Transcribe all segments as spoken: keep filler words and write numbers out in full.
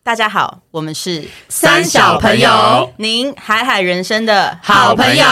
大家好，我们是三小朋友， 您海海人生的好朋友。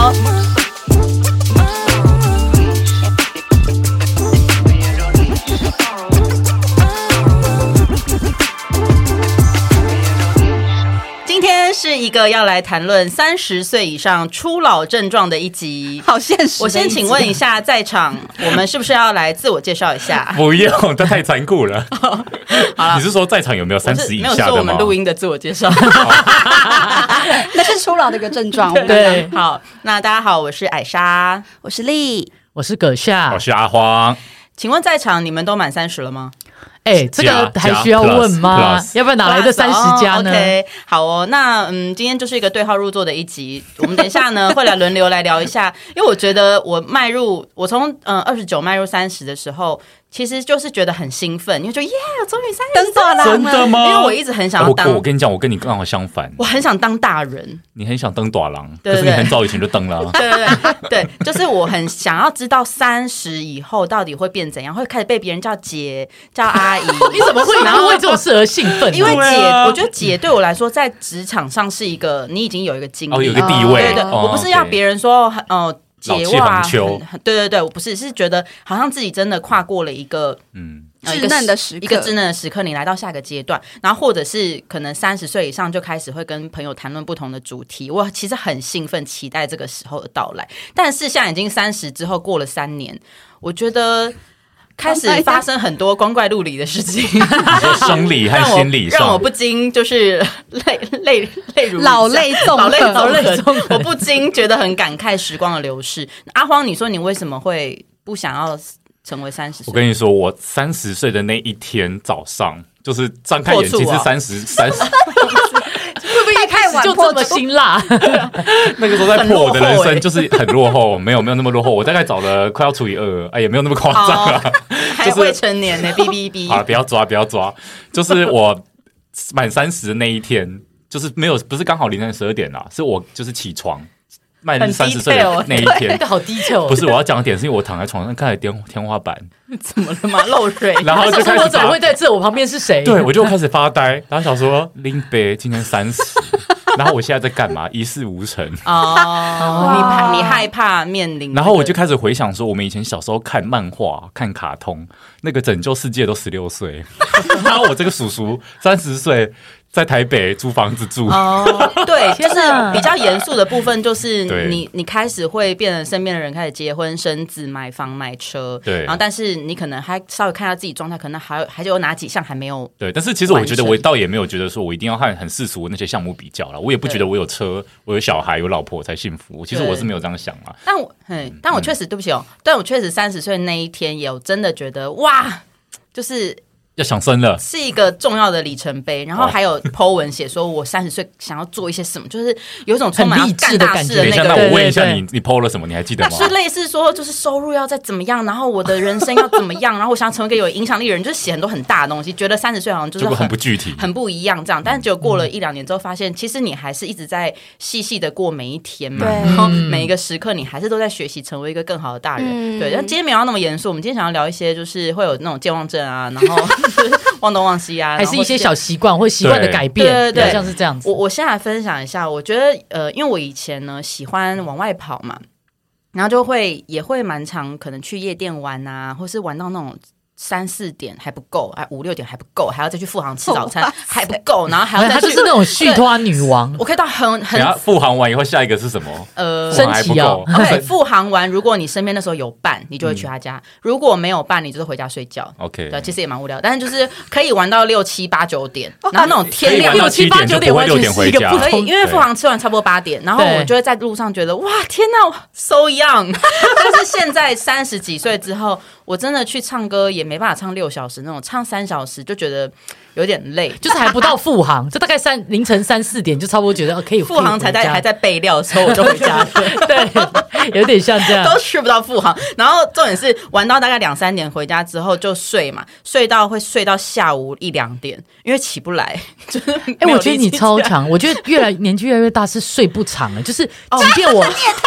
今天是一个要来谈论三十岁以上初老症状的一集， 好现实。 我先请问一下，在场我们是不是要来自我介绍一下？ 不用，这太残酷了。 好， 你是说在场有没有三十以下的吗？ 没有说我们录音的自我介绍， 那是初老的一个症状。 对，好，那大家好，我是艾莎， 我是丽， 我是葛夏， 我是阿荒。 请问在场你们都满三十了吗？ 哎、欸，这个还需要问吗？要不然哪来的三十加呢、 哦、？OK， 好哦，那嗯，今天就是一个对号入座的一集。我们等一下呢会来轮流来聊一下，因为我觉得我迈入，我从嗯二十九迈入三十的时候，其实就是觉得很兴奋，因为就耶，终于三十岁了， 真的吗？ 因为我一直很想要当， 我, 我跟你讲，我跟你刚好相反， 我很想当大人。 你很想当大郎， 对对对， 可是你很早以前就当了、啊。 对对对对，就是我很想要知道三十以后到底会变怎样，会开始被别人叫姐、叫阿姨。 你怎么会然后为这种事而兴奋？ 因为姐， 啊、 我觉得姐对我来说，在职场上是一个你已经有一个经历， 哦，有一个地位。 对对对， 哦、 我不是要别人说哦。呃姐哇， 对对对，我不是，是觉得好像自己真的跨过了一个嗯稚嫩的时刻， 一个稚嫩的时刻，你来到下个阶段，然后或者是可能三十岁以上就开始会跟朋友谈论不同的主题。我其实很兴奋，期待这个时候的到来。但是现在已经三十之后过了三年，我觉得开始发生很多光怪陆离的事情， 你说生理和心理上， 让我, 让我不禁就是泪泪泪如老泪纵横， 老泪纵横，我不禁觉得很感慨时光的流逝。阿荒，你说你为什么会不想要成为三十岁？ 我跟你说，我三十岁的那一天早上，就是张开眼睛是三十三十。 会不会一开始就这么辛辣？ 那个时候在破我的人生就是很落后，没有没有那么落后，我大概找了快要除以二，哎，也没有那么夸张啊， 还未成年呢，哔哔哔。 好，不要抓，不要抓，就是我满三十的那一天，就是没有，不是刚好凌晨十二点啦，是我就是起床。迈入三十岁的那一天， 好低调。 不是我要讲的点，是因为我躺在床上看着天天花板， 怎么了嘛？漏水， 然后就开始我怎么会在这？我旁边是谁？ 对，我就开始发呆，然后想说林北今年三十，然后我现在在干嘛？一事无成哦，你怕你害怕面临、這個， 然后我就开始回想说，我们以前小时候看漫画、看卡通，那个拯救世界都十六岁，然后我这个叔叔三十岁。在台北租房子住哦，对，就是比较严肃的部分，就是你你开始会变成身边的人开始结婚、生子、买房、买车， 对， 然后但是你可能还稍微看到自己状态，可能还还有哪几项还没有对，但是其实我觉得我倒也没有觉得说我一定要和很世俗的那些项目比较了，我也不觉得我有车、我有小孩、有老婆才幸福，其实我是没有这样想啊。 但我嗯，但我确实、嗯、对不起哦，但我确实三十岁那一天也有真的觉得哇，就是。 要想生了， 是一个重要的里程碑。然后还有 po 文写说，我三十岁想要做一些什么，就是有一种充满干大事的那个。 那我问一下你，你 po 了什么？你还记得吗？ 那是类似说，就是收入要再怎么样，然后我的人生要怎么样，然后我想要成为一个有影响力的人，就是写很多很大的东西。觉得三十岁好像就是 很, 很不具体， 很不一样这样。但是结果过了一两年之后，发现其实你还是一直在细细的过每一天嘛，然后每一个时刻，你还是都在学习成为一个更好的大人。嗯、对，但今天没有那么严肃，我们今天想要聊一些，就是会有那种健忘症啊，然后忘东。啊、 还是一些小习惯或习惯的改变， 对对对， 像是这样子。 我我先来分享一下，我觉得呃，因为我以前呢喜欢往外跑嘛，然后就会也会蛮常可能去夜店玩啊，或是玩到那种。三四点还不够，哎，五六点还不够，还要再去富航吃早餐，还不够，然后还要再去。 她就是那种续托女王。 我可以到很很。 富航完以后，下一个是什么？ 呃， 升旗哦。 OK， 富航完，如果你身边那时候有伴，你就会去他家；嗯、如果没有伴，你就是回家睡觉。 OK， 对，其实也蛮无聊，但是就是可以玩到六七八九点，然后那种天亮六七八九点完全是一个不可以，因为富航吃完差不多八点，然后我就会在路上觉得哇，天哪 ，so young。但是现在三十几岁之后。我真的去唱歌也没办法唱六小时那种，唱三小时就觉得有点累， 就是还不到富航，就大概三凌晨三四点就差不多觉得、哦、可以。 富航才在还在备料的时候我就回家了， 对，有点像这样， 都去不到富航。然后重点是玩到大概两三点回家之后就睡嘛，睡到会睡到下午一两点，因为起不来。就是哎、 欸，我觉得你超强，我觉得越来年纪越来越大是睡不长了，就是即便我、哦、 你也太等一下。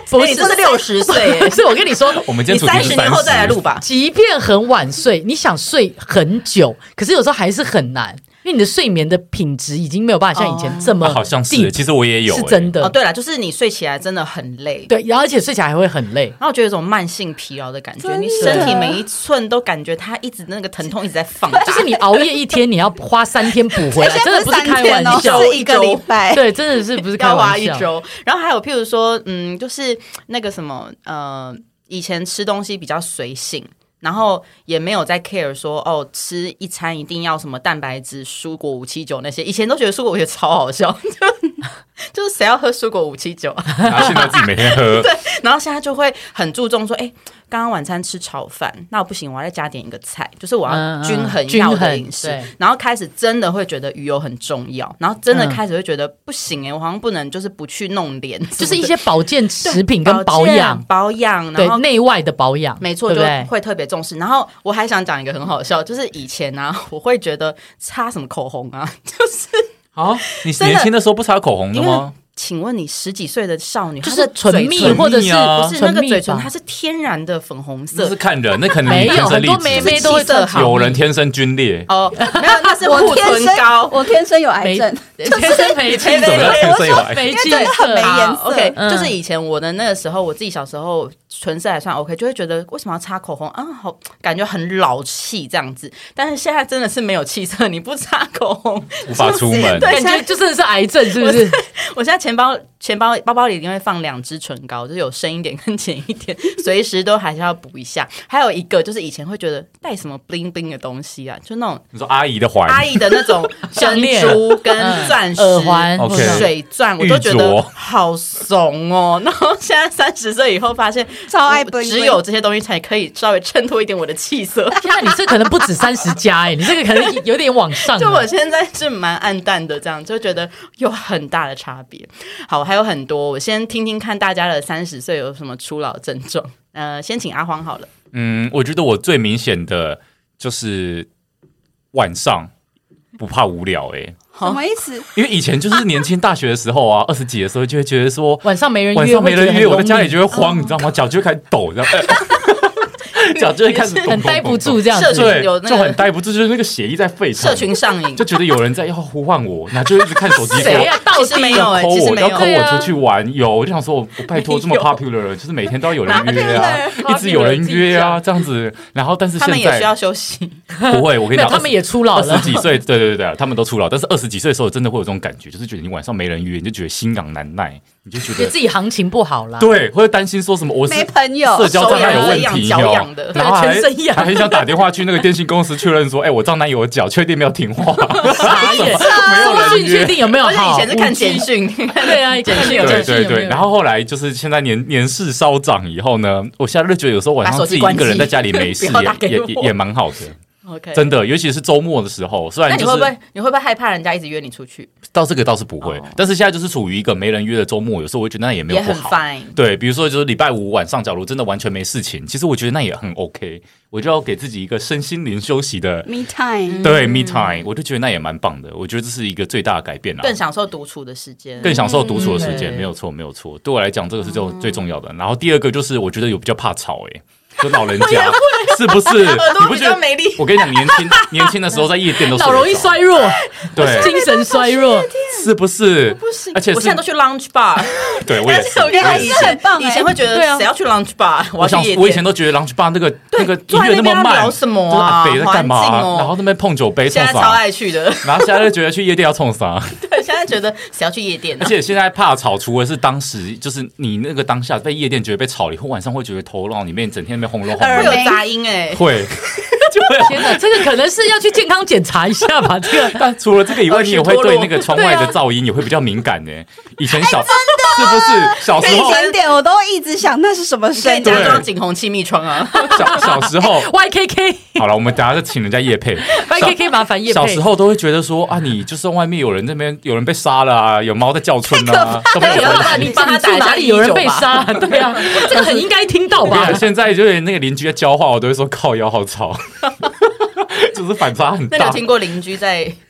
不是，你这是六十岁， 不是我跟你说， 我们今天你三十年后再来录吧。 即便很晚睡，你想睡很久，可是有时候还是很难。因为你的睡眠的品质已经没有办法像以前这么、 哦啊、好像是，其实我也有、欸， 是真的。 哦，对了，就是你睡起来真的很累， 对，而且睡起来还会很累， 然后觉得有种慢性疲劳的感觉，你身体每一寸都感觉它一直那个疼痛一直在放大， 就是你熬夜一天，你要花三天补回来，真的不是开玩笑， 是一个礼拜， 对，真的是不是开玩笑， 要花一周。然后还有譬如说，嗯，就是那个什么，呃，以前吃东西比较随性。然后也没有在 care 说哦，吃一餐一定要什么蛋白质、蔬果五七九那些，以前都觉得蔬果我觉得超好笑，就就是谁要喝蔬果五七九啊？ 然后现在自己每天喝， 对，然后现在就会很注重说，哎，刚刚晚餐吃炒饭，那不行，我要再加点一个菜，就是我要均衡要的饮食。然后开始真的会觉得鱼油很重要，然后真的开始会觉得、嗯、不行哎、欸，我好像不能就是不去弄脸， 就是一些保健食品跟保养保养， 对内外的保养， 没错，就会特别重视。然后我还想讲一个很好笑，就是以前啊，我会觉得擦什么口红啊，就是啊，你年轻的时候不擦口红的吗？ 请问你十几岁的少女， 就是唇蜜或者是不是那个嘴唇，它是天然的粉红色？ 那是看人，那可能没有很多妹妹都会色好， 有人天生皲裂哦，没有，那是护唇膏。 我天生有癌症， 天生没气色， 天生有癌症，因为真的很没颜色。 OK， 就是以前我的那个时候，我自己小时候唇色还算 OK， 就会觉得为什么要擦口红啊？好，感觉很老气这样子。但是现在真的是没有气色，你不擦口红无法出门， 感觉就真的是癌症，是不是？ 我现在钱包钱包包包里一定会放两支唇膏，就是有深一点跟浅一点，随时都还是要补一下。还有一个就是以前会觉得带什么 bling bling 的东西啊，就那种你说阿姨的环， 阿姨的那种珍珠跟钻石、 耳环、 水钻，我都觉得好怂哦。然后现在三十岁以后发现， 超爱 bling bling， 只有这些东西才可以稍微衬托一点我的气色。 那你这可能不止三十加哎，你这个可能有点往上。 就我现在是蛮暗淡的，这样就觉得有很大的差别。好，还有很多，我先听听看大家的三十岁有什么初老症状。呃，先请阿荒好了。 嗯，我觉得我最明显的就是晚上不怕无聊哎、欸。 什么意思？ 因为以前就是年轻大学的时候啊，二十几的时候就会觉得说晚上没人约， 晚上没人约，我在家里就会慌，嗯、你知道吗？脚就会开始抖，这样。脚就会开始咚咚咚咚很待不住这样子， 对，就很待不住，就是那个血液在沸腾， 社群上瘾， 就觉得有人在要呼唤我，然后就一直看手机说， 谁啊？到底没有哎、欸， 其实没有，要 call 我出去玩，有，我就想说，我拜托这么 popular， 就是每天都要有人约啊，一直有人约啊，这样子。然后，但是现在他们也需要休息， 不会，我跟你讲， 他们也初老了， 二十几岁，对对对对，他们都初老，但是二十几岁的时候真的会有这种感觉，就是觉得你晚上没人约，你就觉得心痒难耐。你就觉得自己行情不好啦， 对，会担心说什么我是没朋友， 社交障碍有问题， 脚痒的， 然后还全身痒， 还很想打电话去那个电信公司确认说，哎、欸，我账单有脚，确定没有停话， 傻眼， 没有人约， 确定有没有好？ 而且以前是看简讯， 对啊，简讯有对对对。然后后来就是现在年年事稍长以后呢，我现在就觉得有时候晚上自己一个人在家里没事也也也也蛮好的。 Okay. 真的，尤其是周末的时候，虽然、就是、 那你会不会你会不会害怕人家一直约你出去？ 到这个倒是不会， oh. 但是现在就是处于一个没人约的周末，有时候我觉得那也没有不好。对，比如说就是礼拜五晚上，假如真的完全没事情，其实我觉得那也很 OK， 我就要给自己一个身心灵休息的 me time。 对 me time， 我就觉得那也蛮棒的。我觉得这是一个最大的改变啦， 更享受独处的时间， 更享受独处的时间，嗯、没有错，没有错。对我来讲，这个是最最重要的。然后第二个就是我觉得有比较怕吵、欸，哎。就老人家是不是？你不觉得？我跟你讲，年轻年轻的时候在夜店都老容易衰弱， 对， 精神衰弱， 是不是？ 不行， 而且我现在都去 lounge bar， 对我也是。 我跟你以前以前会觉得谁要去 lounge bar？我想我以前都觉得 lounge bar 那个那个音乐那么慢， 聊什么啊？ 北在干嘛？然后那边碰酒杯， 现在超爱去的。 然后现在就觉得去夜店要冲啥？ 对，现在觉得谁要去夜店？ 而且现在怕吵，除了是当时就是你那个当下被夜店觉得被吵了以后，晚上会觉得头脑里面整天那边轰隆轰隆。 杂音哎、欸， 会，就会。 天哪，这个可能是要去健康检查一下吧。这个， 但除了这个以外，你也会对那个窗外的噪音也会比较敏感呢、欸。以前小、欸、是不是小时候？ 一点点我都一直想那是什么声音？ 假装景洪气密窗啊。 小小时候 ，Y K K。 好了，我们等一下就请人家业配 Y K K 麻烦业配。 小时候都会觉得说啊，你就是外面有人那边有人被杀了啊，有猫在叫春啊，都没有关系。 你帮他打哪里有人被杀？对啊，这个很应该听到吧？ 现在就连那个邻居在教话，我都会说靠腰好吵，就是反差很大。 那你有听过邻居在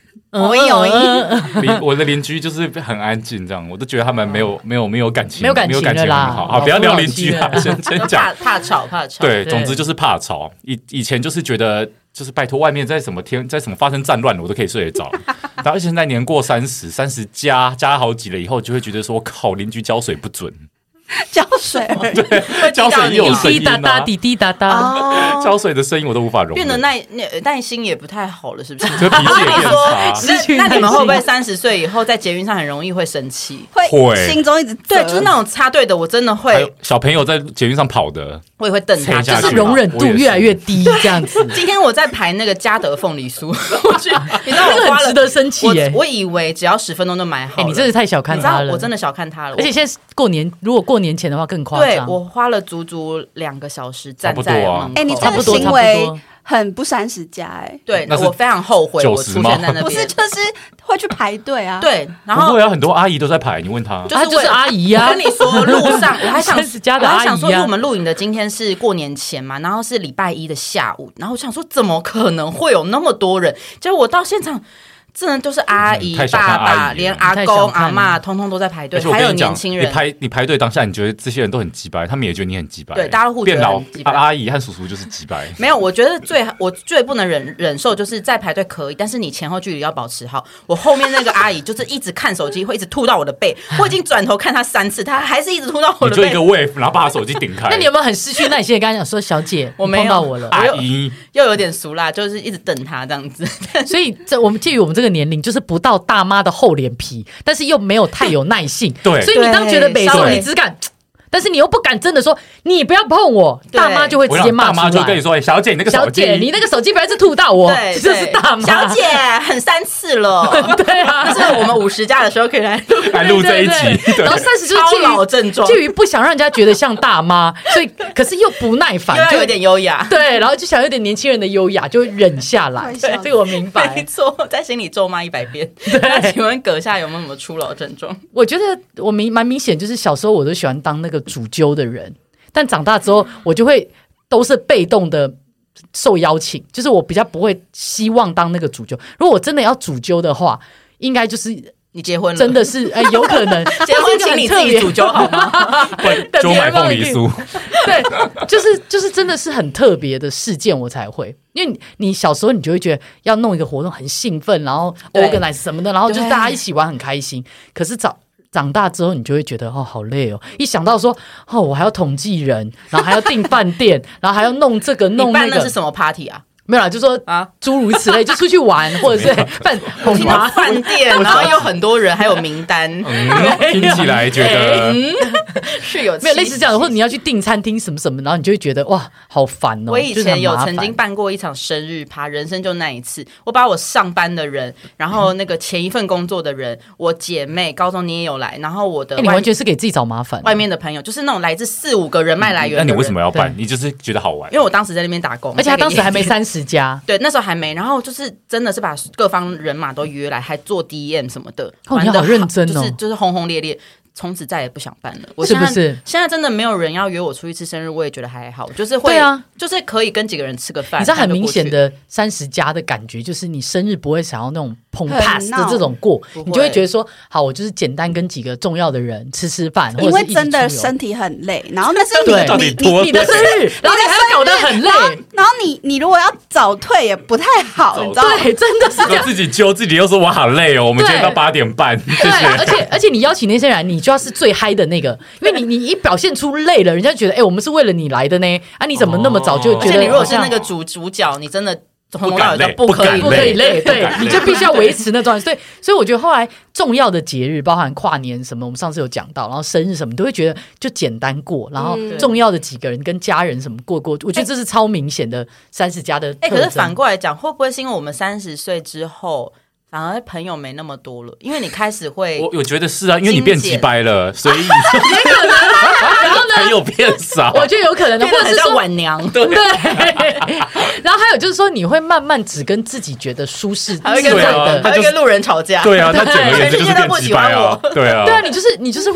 我有邻我的邻居就是很安静，这样我都觉得他们没有没有没有感情， 没有感情很好。好，不要聊邻居啦，先先讲。 怕吵，怕吵。 对，总之就是怕吵。以以前就是觉得，就是拜托外面在什么天，在什么发生战乱，我都可以睡得着。然后现在年过三十，三十加加好几了以后，就会觉得说，靠，邻居浇水不准。 浇水， 对，浇水也有声音啊， 滴滴答答， 哦，浇水的声音我都无法容忍， 变得耐耐心也不太好了，是不是？ 就脾气也变差。 那你们会不会三十岁以后在捷运上很容易会生气？ 会，心中一直对，就是那种插队的，我真的会。 小朋友在捷运上跑的， 我也会瞪他， 就是容忍度越来越低，这样子。 今天我在排那个嘉德凤梨酥，我去，你知道我花了值得生气耶！ 我以为只要十分钟就买好了， 你真的太小看他了， 我真的小看他了。 而且现在过年，如果过年前的话更夸张。 对，我花了足足两个小时站在门口。 哎，你这个行为很不三十加哎。 对，我非常后悔我出现在那边。 不是，就是会去排队啊。 对，然后不会啊，很多阿姨都在排，你问她， 就是就是阿姨啊。 我跟你说，路上我还想， 我还想说，因为我们录影的今天是过年前嘛，然后是礼拜一的下午，然后我想说，怎么可能会有那么多人？结果我到现场。真的都是阿姨、 嗯、 爸爸，连阿公、阿嬷，通通都在排队，还有年轻人。 你排你排队当下，你觉得这些人都很鸡掰，他们也觉得你很鸡掰。 对，大家都互觉得很鸡掰。 阿姨和叔叔就是鸡掰。 没有，我觉得最我最不能忍忍受就是在排队可以，但是你前后距离要保持好。我后面那个阿姨就是一直看手机，会一直吐到我的背。我已经转头看她三次，她还是一直吐到我的背。 你就一个 wave， 然后把她手机顶开。 那你有没有很失去耐心的跟她讲说：“小姐， 我没有碰到我了。” 阿姨又有点俗辣，就是一直等她这样子。 所以这我们介于我们这个年龄，就是不到大妈的厚脸皮，但是又没有太有耐性。 对， 所以你当觉得北宋你只敢，但是你又不敢真的说你不要碰我，大妈就会直接骂出来。 大妈就跟你说：“小姐，你那个手机， 小姐，你那个手机不要是吐到我。” 对， 这是大妈。 小姐，很三次了。 对啊， 就是我们五十加的时候可以来来录这一集。 然后三十就是超老症状， 介于不想让人家觉得像大妈，所以可是又不耐烦， 又有点优雅。 对，然后就想有点年轻人的优雅，就忍下来。这个我明白， 没错，在心里咒骂一百遍。那请问阁下有没有什么初老症状？ 我觉得我明蛮明显，就是小时候我都喜欢当那个主揪的人。但长大之后，我就会都是被动的受邀请，就是我比较不会希望当那个主揪。如果我真的要主揪的话，应该就是你结婚了， 真的是哎、欸，有可能结婚请你自己主揪好吗？ 就买凤梨酥， 对，就是就是真的是很特别的事件，我才会。因为 你, 你小时候你就会觉得要弄一个活动很兴奋，然后 organize 什么的，然后就是大家一起玩很开心。可是早。长大之后，你就会觉得哦，好累哦！一想到说哦，我还要统计人，然后还要订饭店，然后还要弄这个弄那个， 你办那是什么 party 啊？ 没有啦，就说啊，诸如此类，就出去玩，或者是饭红茶饭店，然后有很多人，还有名单， 嗯、听起来觉得、 嗯、是有没有类似这样的，或者你要去订餐厅什么什么，然后你就会觉得哇，好烦哦。 我以前有曾经办过一场生日趴，人生就那一次，我把我上班的人，然后那个前一份工作的人，我姐妹，高中你也有来，然后我的、 欸、你完全是给自己找麻烦， 外面的朋友就是那种来自四五个人脉来源的人、 嗯。那你为什么要办？你就是觉得好玩？ 因为我当时在那边打工， 而且他当时还没三十。 对，那时候还没，然后就是真的是把各方人马都约来，还做 D M 什么的， 哦，你好认真哦， 就是就是轰轰烈烈。从此再也不想办了，我是不是？ 现在真的没有人要约我出去吃生日，我也觉得还好，就是会， 对啊， 就是可以跟几个人吃个饭。 你知道很明显的三十加的感觉，就是你生日不会想要那种澎湃的这种过，你就会觉得说，好，我就是简单跟几个重要的人吃吃饭， 因为真的身体很累，然后那是你你你你的生日，然后你还要搞得很累， 然后你你如果要早退也不太好，你知道吗？ 对，真的是这样， 自己揪自己，又说我好累哦，我们今天到八点半， 对，而且而且你邀请那些人，你就要是最嗨的那个，因为你你一表现出累了，人家觉得哎、欸，我们是为了你来的呢，啊，你怎么那么早就觉得？ 而且你如果是那个主主角，你真的从头到尾都不可以不可以累，对，你就必须要维持那状态。所以所以我觉得后来重要的节日，包含跨年什么，我们上次有讲到，然后生日什么，都会觉得就简单过，然后重要的几个人跟家人什么过过，我觉得这是超明显的三十加的特征。 哎、欸，可是反过来讲，会不会是因为我们三十岁之后？反而朋友没那么多了，因为你开始会， 我我觉得是啊，因为你变鸡掰了，所以也可能、啊。然后呢， 朋友变少， 我觉得有可能的，或者是叫晚娘， 对。然后还有就是说，你会慢慢只跟自己觉得舒适， 还会跟还会跟路人吵架， 对啊，那整个人就是变鸡掰啊，对啊， 对啊，你就是你就是会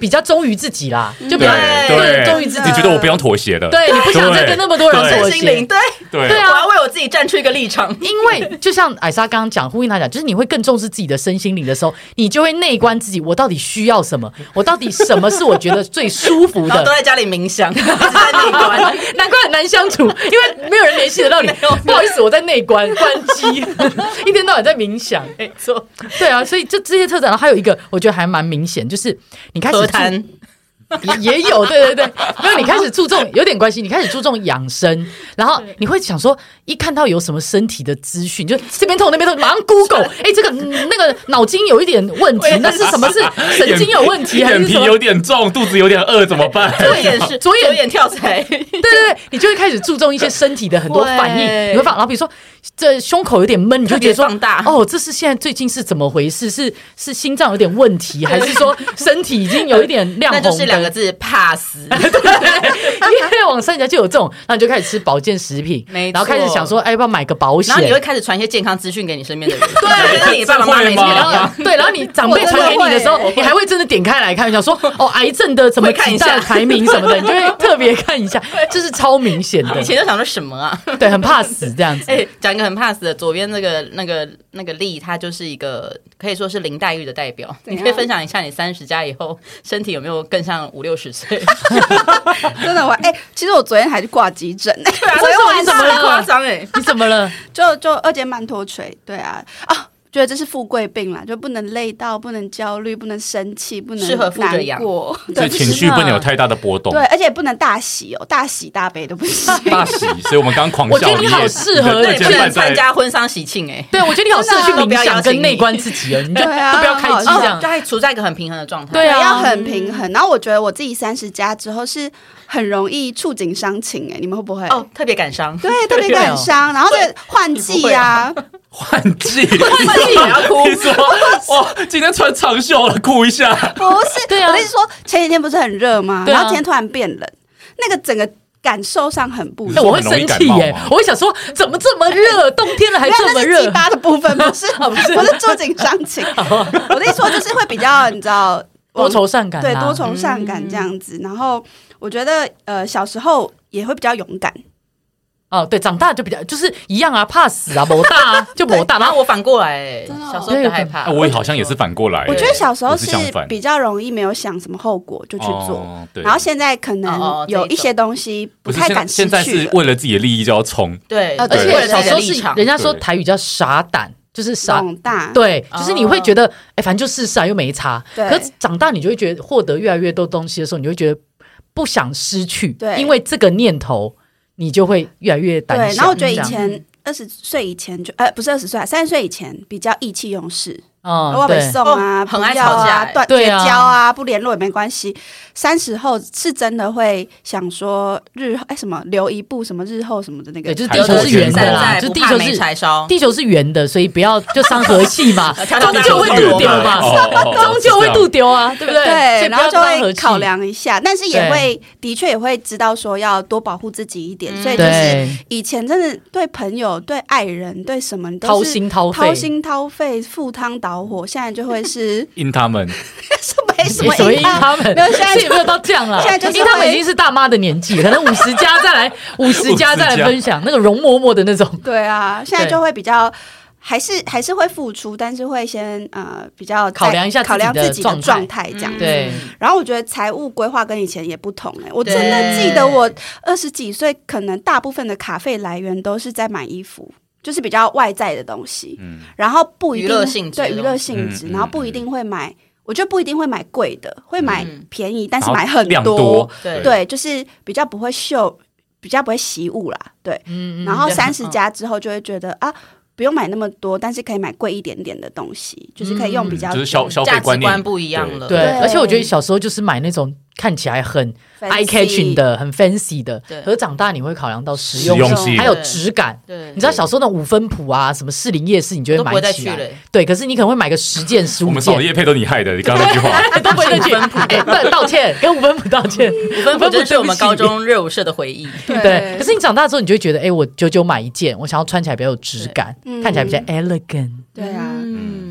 比较忠于自己啦，就比较对忠于自己， 你觉得我不用妥协的， 对，你不想再跟那么多人妥协， 对对对啊，我要为我自己站出一个立场。 因为就像艾莎刚刚讲，呼应他讲，就是你会更重视自己的身心灵的时候，你就会内观自己，我到底需要什么？我到底什么是我觉得最舒服的？ 然后都在家里冥想，一直在内观， 难怪很难相处，因为没有人联系得到你。不好意思，我在内观关机，一天到晚在冥想。 没错， 对啊，所以就这些特质，还有一个我觉得还蛮明显，就是你开始喝汤。 也也有，对对对，因为你开始注重有点关系，你开始注重养生，然后你会想说，一看到有什么身体的资讯，就这边痛那边痛，马上 Google， 哎，这个、嗯、那个脑筋有一点问题，那是什么是神经有问题，还是眼皮有点重，肚子有点饿怎么办？ 左眼是左眼眼跳财，对对对，你就会开始注重一些身体的很多反应，你会发，然后比如说这胸口有点闷，你就觉得说，哦，这是现在最近是怎么回事？是是心脏有点问题，还是说身体已经有一点亮红的？ 那就是两个字，怕死。 对，因为网上人家就有这种，然后你就开始吃保健食品，然后开始想说，哎，要不要买个保险？ 然后你会开始传一些健康资讯给你身边的人，对，让你爸爸妈妈没吗？对，然后你长辈传给你的时候，你还会真的点开来看，想说，哦，癌症的什么几大排名什么的，你就会特别看一下，这是超明显的。 以前就想说什么啊？ 对，很怕死这样子。 哎，讲一个很怕死的，左边那个那个那个丽，她就是一个可以说是林黛玉的代表。你可以分享一下你三十加以后身体有没有更像五六十岁？ 真的，我哎、欸，其实我昨天还去挂急诊、欸， 对啊， 昨天晚上很夸张哎， 你怎么了？ 就就二尖瓣脱垂，对啊啊。觉得这是富贵病啦，就不能累到，不能焦虑，不能生气，不能适合富着养， 对，情绪不能有太大的波动， 对，而且不能大喜哦，大喜大悲都不行。 大喜，所以我们刚狂笑。 我觉得你好适合， 对，不能参加婚丧喜庆哎。 对，我觉得你好适合去冥想跟内观自己哦，你就都不要开机这样， 就还处在一个很平衡的状态。 对啊，要很平衡。然后我觉得我自己三十加之后是很容易触景伤情哎，你们会不会？ 哦，特别感伤， 对，特别感伤。然后这换季啊。 换季， 换季也要哭。 你说哇，今天穿长袖了，哭一下。 不是，对啊，我跟你说，前几天不是很热吗？然后今天突然变冷，那个整个感受上很不一样。 我会生气耶，我会想说，怎么这么热？冬天了还这么热？ 鸡巴的部分不是，不是，不是触景伤情。我跟你说，就是会比较，你知道， 多愁善感， 对，多愁善感这样子。然后我觉得，呃，小时候也会比较勇敢。 哦，对，长大就比较就是一样啊，怕死啊，某大啊，就某大。 然后我反过来，小时候比较害怕。 我也好像也是反过来。 我觉得小时候是比较容易没有想什么后果就去做，然后现在可能有一些东西不太敢失去。 现在是为了自己的利益就要冲。 对， 而且小时候是人家说台语叫傻胆。就是傻大， 对，就是你会觉得，哎，反正就试试啊，又没差。可是长大，你就会觉得获得越来越多东西的时候，你会觉得不想失去，对，因为这个念头，你就会越来越担心。 对，然后我觉得以前二十岁以前就，呃，不是二十岁，三十岁以前比较意气用事。 哦， 我被送啊， 很爱吵架， 断绝交啊，不联络也没关系。三十后是真的会想说日哎什么留一步什么日后什么的那个， 对，就是地球是圆的啦，就是地球是地球是圆的，所以不要就伤和气嘛，终究会度丢嘛，终究会度丢啊，对不对？ 对，然后就会考量一下，但是也会的确也会知道说要多保护自己一点，所以就是以前真的对朋友、对爱人、对什么都是掏心掏肺、 掏心掏肺、赴汤蹈火，现在就会是因他们。 是没什么因他们， 没有，现在也没有到这样了。 现在就是因他们已经是大妈的年纪，可能五十加再来，五十加再来分享那个容嬷嬷的那种。 对啊，现在就会比较，还是还是会付出，但是会先呃比较考量一下考量自己的状态这样子。 对， 然后我觉得财务规划跟以前也不同哎、欸，我真的记得我二十几岁，可能大部分的卡费来源都是在买衣服。就是比较外在的东西，嗯、然后不一定娱乐性质， 对娱乐性质，嗯、然后不一定会买，我觉得不一定会买贵的，会买便宜，嗯、但是买很多， 多对, 对，就是比较不会秀，比较不会习物啦，对，嗯、然后三十加之后就会觉得、嗯、啊。不用买那么多，但是可以买贵一点点的东西，就是可以用比较、 嗯、就是消消费观念不一样了。 对，对而且我觉得小时候就是买那种看起来很 eye catching 的、很 fancy 的，可是长大你会考量到实用性，还有质感。对，你知道小时候那五分埔啊，什么士林夜市，你就会买起来。对，可是你可能会买个十件、十五件。 我们扫业配都你害的，你刚刚那句话都不会再去。对，道歉，跟五分埔道歉。 五分埔就是我们高中热舞社的回忆。 对，可是你长大之后，你就会觉得，哎，我久久买一件，我想要穿起来比较有质感，看起来比较 elegant。 对啊， 嗯，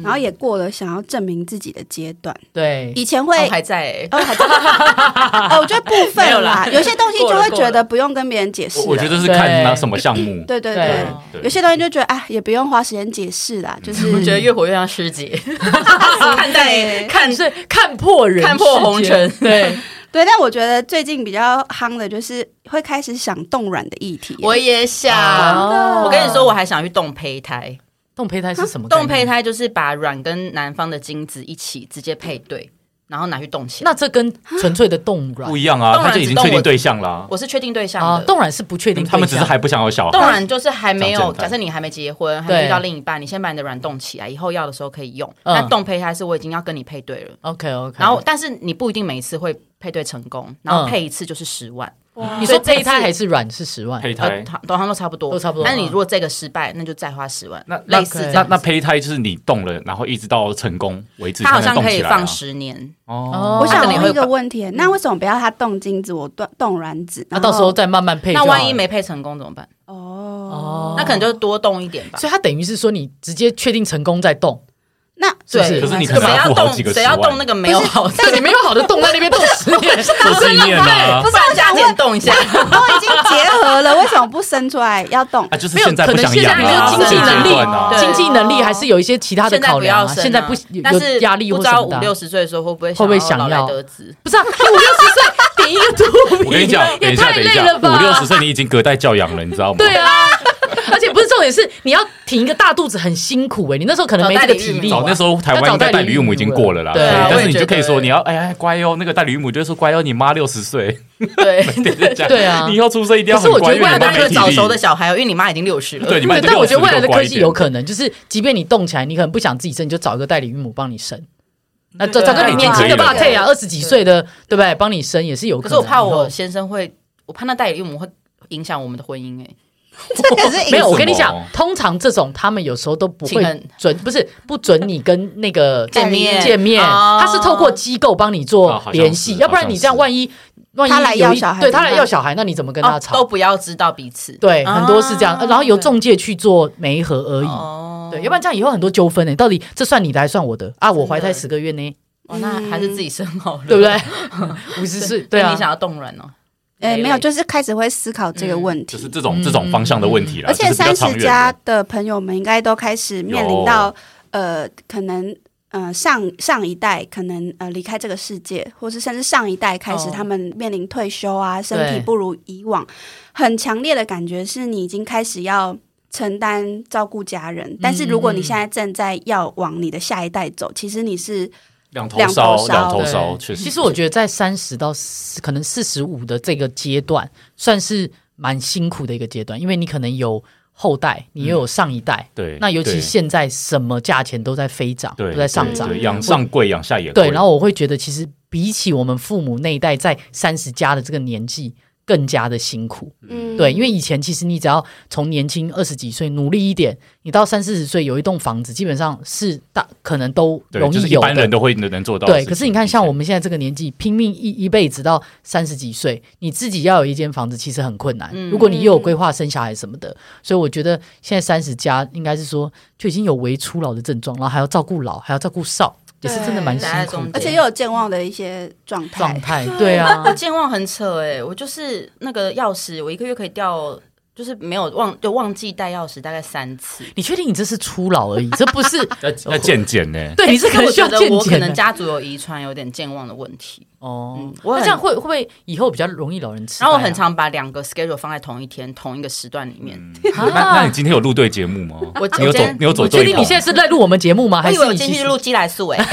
然后也过了想要证明自己的阶段。 对， 以前会、 哦、还在、欸， 哦还在，哦，我觉得部分啦，有些东西就会觉得不用跟别人解释。 我觉得是看拿什么项目， 对对 对, 对, 对，有些东西就觉得哎，也不用花时间解释啦，就是我觉得越活越像师姐，看待看是看破人， 看破红尘， 对。 对，但我觉得最近比较夯的就是会开始想冻卵的议题。 我也想，哦、我跟你说，我还想去冻胚胎。 冻胚胎是什么？ 冻胚胎就是把卵跟男方的精子一起直接配对，然后拿去冻起来。 那这跟纯粹的冻卵不一样啊，他就已经确定对象了。 我是确定对象的， 啊、冻卵是不确定对象， 他们只是还不想要小孩。 冻卵就是还没有，假设你还没结婚，还没遇到另一半，你先把你的卵冻起来，以后要的时候可以用。嗯、那冻胚胎是我已经要跟你配对了 ，OK OK。 然后，但是你不一定每一次会配对成功，然后配一次就是十万。 嗯、你说胚胎还是卵是十万？ 胚胎通常都差不多， 都差不多。 但是你如果这个失败，那就再花十万。 那类似这样那那胚胎就是你动了，然后一直到成功为止， 它好像可以放十年。 哦，我想问一个问题，那为什么不要它冻精子，我冻冻卵子？ 那到时候再慢慢配。 那万一没配成功怎么办？ 哦， 那可能就多冻一点吧。 所以它等于是说，你直接确定成功再冻。 那对， 可是你可能要动谁要动那个没有好， 但你没有好的动在那边冻十年， 做纪念啊， 不是加减动一下， 都已经结合了，为什么不生出来要动？ 啊，就是现在不想养啊，经济能力，经济能力还是有一些其他的考量啊。现在不有压力或什么的， 不知道五六十岁的时候会不会会不会想要得子？ 不是啊，五六十岁点一个图， 我跟你讲，等一下，等一下，五六十岁你已经隔代教养了，你知道吗？ 对啊。而且不是重点是你要挺一个大肚子很辛苦哎、欸，你那时候可能没这个体力。 早那时候台湾应该代理孕母已经过了啦， 对， 但是你就可以说你要哎哎乖哦，那个代理孕母就会说乖哦，你妈六十岁， 对对啊， 你以后出生一定要很乖。 可是我觉得未来那个早熟的小孩，因为你妈已经六十了， 对，你妈已经六十。但我觉得未来的科技有可能，就是即便你动起来，你可能不想自己生，你就找一个代理孕母帮你生。那找找个你年轻的爸配啊，二十几岁的对不对？帮你生也是有可能。 可是我怕我先生会，我怕那代理孕母会影响我们的婚姻哎、欸。 这个是没有，我跟你讲，通常这种他们有时候都不会准，不是不准你跟那个见面见面，他是透过机构帮你做联系，要不然你这样万一万一他来要小孩， 对他来要小孩，那你怎么跟他吵？ 都不要知道彼此， 对，很多是这样，然后由中介去做媒合而已，对，要不然这样以后很多纠纷呢，到底这算你的还算我的啊？我怀胎十个月呢， 哦，那还是自己生好了， 对不对？五十岁，对啊， 你想要冻卵哦。 哎，没有，就是开始会思考这个问题， 就是这种这种方向的问题啦。 而且三十加的朋友们应该都开始面临到，呃，可能呃上上一代可能呃离开这个世界，或是甚至上一代开始他们面临退休啊，身体不如以往，很强烈的感觉是你已经开始要承担照顾家人，但是如果你现在正在要往你的下一代走，其实你是。 两头烧，两头烧，确实。 其实我觉得在三十到可能四十五的这个阶段，算是蛮辛苦的一个阶段，因为你可能有后代，你又有上一代， 嗯、对。 那尤其现在什么价钱都在飞涨，都在上涨， 养上贵，养下也贵。 对，然后我会觉得，其实比起我们父母那一代，在三十加的这个年纪。更加的辛苦，嗯，对，因为以前其实你只要从年轻二十几岁努力一点，你到三四十岁有一栋房子，基本上是大可能都容易有的，就是一般人都会能做到。 对，可是你看，像我们现在这个年纪，拼命一一辈子到三十几岁，你自己要有一间房子，其实很困难。嗯、如果你又有规划生小孩什么的，所以我觉得现在三十加应该是说就已经有为初老的症状，然后还要照顾老，还要照顾少。也是真的蛮辛苦的， 而且又有健忘的一些状态。 状态对啊， 我健忘很扯哎、欸，我就是那个钥匙，我一个月可以掉，就是没有忘就忘记带钥匙大概三次。 你确定你这是初老而已，这不是要健检呢？ 对，你是可能需要健检。 我可能家族有遗传有点健忘的问题。 哦，嗯、那这样会会不会以后比较容易老人痴呆、啊？ 然后我很常把两个 schedule 放在同一天、同一个时段里面。 嗯啊、那那你今天有录对节目吗？ 我你有走，你有走对吗？ 确定你现在是在录我们节目吗？还是我进去录鸡来素、欸？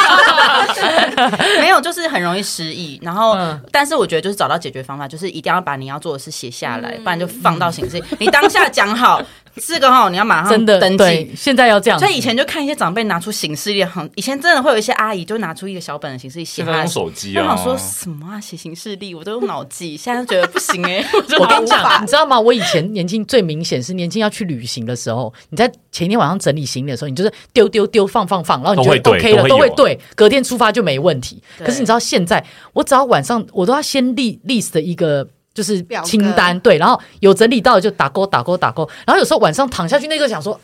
没有，就是很容易失忆。然后，嗯、但是我觉得就是找到解决方法，就是一定要把你要做的事写下来，嗯、不然就放到行事。你当下讲好这个哈，你要马上登记。 现在要这样。 所以以前就看一些长辈拿出行事历，以前真的会有一些阿姨就拿出一个小本的行事历写。 现在用手机啊。 我想说什么啊？写行事历我都用脑记，现在觉得不行哎、欸。 我跟你讲，你知道吗？我以前年轻最明显是年轻要去旅行的时候，你在前一天晚上整理行李的时候，你就是丢丢丢放放放，然后你觉得 OK 了，都会对，隔天出发就没问题。可是你知道现在，我只要晚上我都要先立 list 的一个。就是清单对，然后有整理到的就打勾打勾打勾，然后有时候晚上躺下去那个想说啊，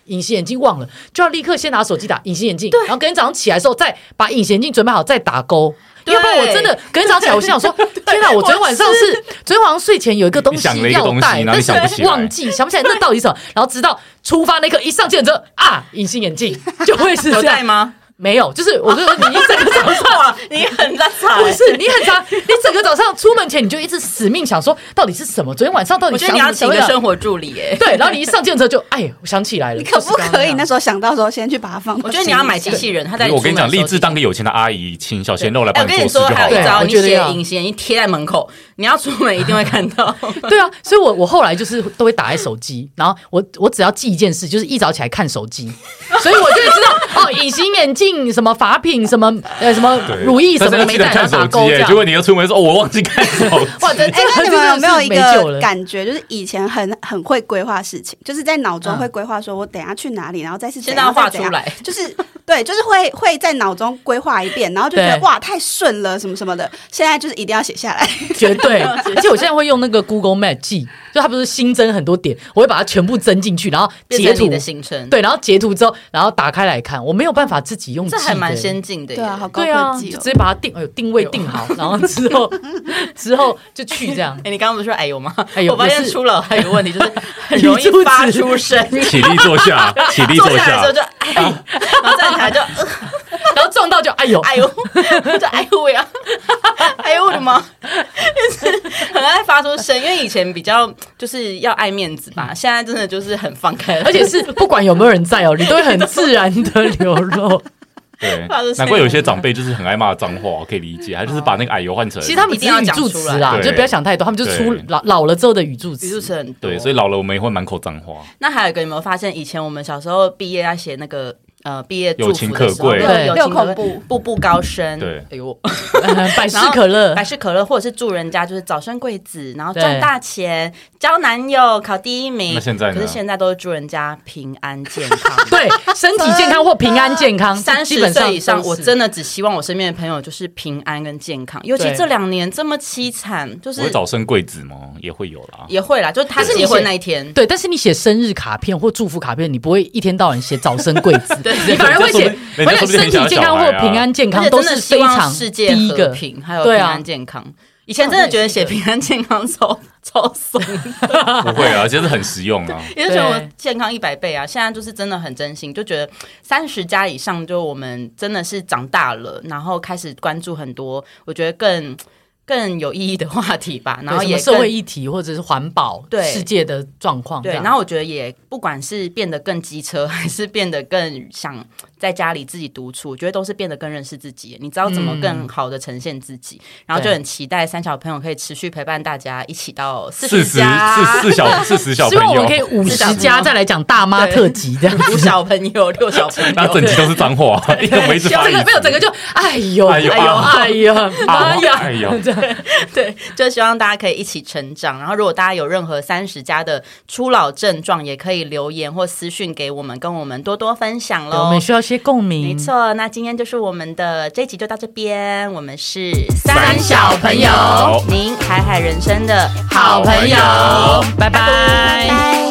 隐形眼镜忘了，就要立刻先拿手机打隐形眼镜，然后隔天早上起来的时候再把隐形眼镜准备好再打勾。要不然我真的隔天早上起来，我心想说：天哪！我昨天晚上是昨天晚上睡前有一个东西要带，但是忘记想不起来那到底什么。然后直到出发那刻一上计程车啊，隐形眼镜就会是这样。 有带吗？ 没有，就是我就说你一整个早上你很在惨， 不是你很长，你整个早上出门前你就一直死命想说到底是什么？昨天晚上到底想什么？ 我觉得你要请一个生活助理耶。 对，然后你一上计程车就哎，我想起来了。 你可不可以那时候想到的时候先去把它放？ 我觉得你要买机器人，他在我跟你讲，立志当个有钱的阿姨，请小鲜肉来帮你做事就好了。 我跟你说，还有一招，你写隐形眼镜贴在门口，你要出门一定会看到。 对啊，所以我我后来就是都会打在手机，然后我我只要记一件事，就是一早起来看手机，所以我就会知道哦，隐形眼镜什么法品什么呃什么乳液什么的没带，然后打勾这样。 结果你要出门说哦，我忘记看手机。 哇，真哎，那你们有没有一个感觉，就是以前很很会规划事情，就是在脑中会规划说我等一下去哪里，然后再是现在要画出来， 就是对，就是会会在脑中规划一遍，然后就觉得哇太顺了什么什么的。现在就是一定要写下来， 绝对。而且我现在会用那个 Google Map 记，就它不是新增很多点，我会把它全部增进去，然后截图的行程。 对，然后截图之后，然后打开来看，我没有办法自己用记的， 这还蛮先进的。 对啊，好高科技哦， 就直接把它定，哎呦，定位定好，然后之后之后就去这样。 哎，你刚刚不是说哎呦吗？ 哎呦， 我发现出了还有问题，就是很容易发出声。 起立坐下，起立坐下， 坐下的时候就哎，然后站起来就， 然后撞到就哎呦哎呦，就哎呦呀，哎呦我的妈，就是很爱发出声，因为以前比较就是要爱面子吧，现在真的就是很放开， 而且是不管有没有人在哦，你都会很自然的流露。 对，难怪有些长辈就是很爱骂脏话，可以理解，他就是把那个哎呦换成。 其实他们只是语助词啦，就不要想太多，他们就出老老了之后的语助词， 语助词很多。 对，所以老了我们也会满口脏话。 那还有一个有没有发现，以前我们小时候毕业要写那个呃毕业祝友情福的时候， 可贵， 对， 六孔步， 步步高升， 对， 哎呦， 百事可乐， 百事可乐，或者是祝人家就是早生贵子，然后赚大钱，交男友，考第一名。 那现在呢？ 可是现在都是祝人家平安健康， 对，身体健康或平安健康。 三十岁以上，我真的只希望我身边的朋友就是平安跟健康，尤其这两年这么凄惨，就是会早生贵子吗？也会有啦， 也会啦，就是他结婚那一天， 对，但是你写生日卡片或祝福卡片，你不会一天到晚写早生贵子， 对， 你反而会写。而且身体健康或平安健康都是非常世界和平，还有平安健康。以前真的觉得写平安健康超超怂的， 不会啊，其实很实用啊。 也就觉得我健康一百倍啊！现在就是真的很真心，就觉得三十加以上，就我们真的是长大了，然后开始关注很多，我觉得更。更有意义的话题吧，然后也社会议题或者是环保， 对世界的状况， 对。然后我觉得也不管是变得更机车，还是变得更想在家里自己独处，我觉得都是变得更认识自己。你知道怎么更好的呈现自己，嗯、然后就很期待三小朋友可以持续陪伴大家一起到四十家， 四四小四十小朋友， 希望我们可以五十家再来讲大妈特辑这样子， 五小朋友六小朋友， 那整集都是脏话，一个没一直发这个没有整个就哎呦哎呦哎呦妈呀哎呦。 对, 对，就希望大家可以一起成长。然后，如果大家有任何三十加的初老症状，也可以留言或私讯给我们，跟我们多多分享喽。 我们需要些共鸣。 没错，那今天就是我们的这一集就到这边。我们是三小朋友， 您海海人生的好朋友，拜拜。 拜拜。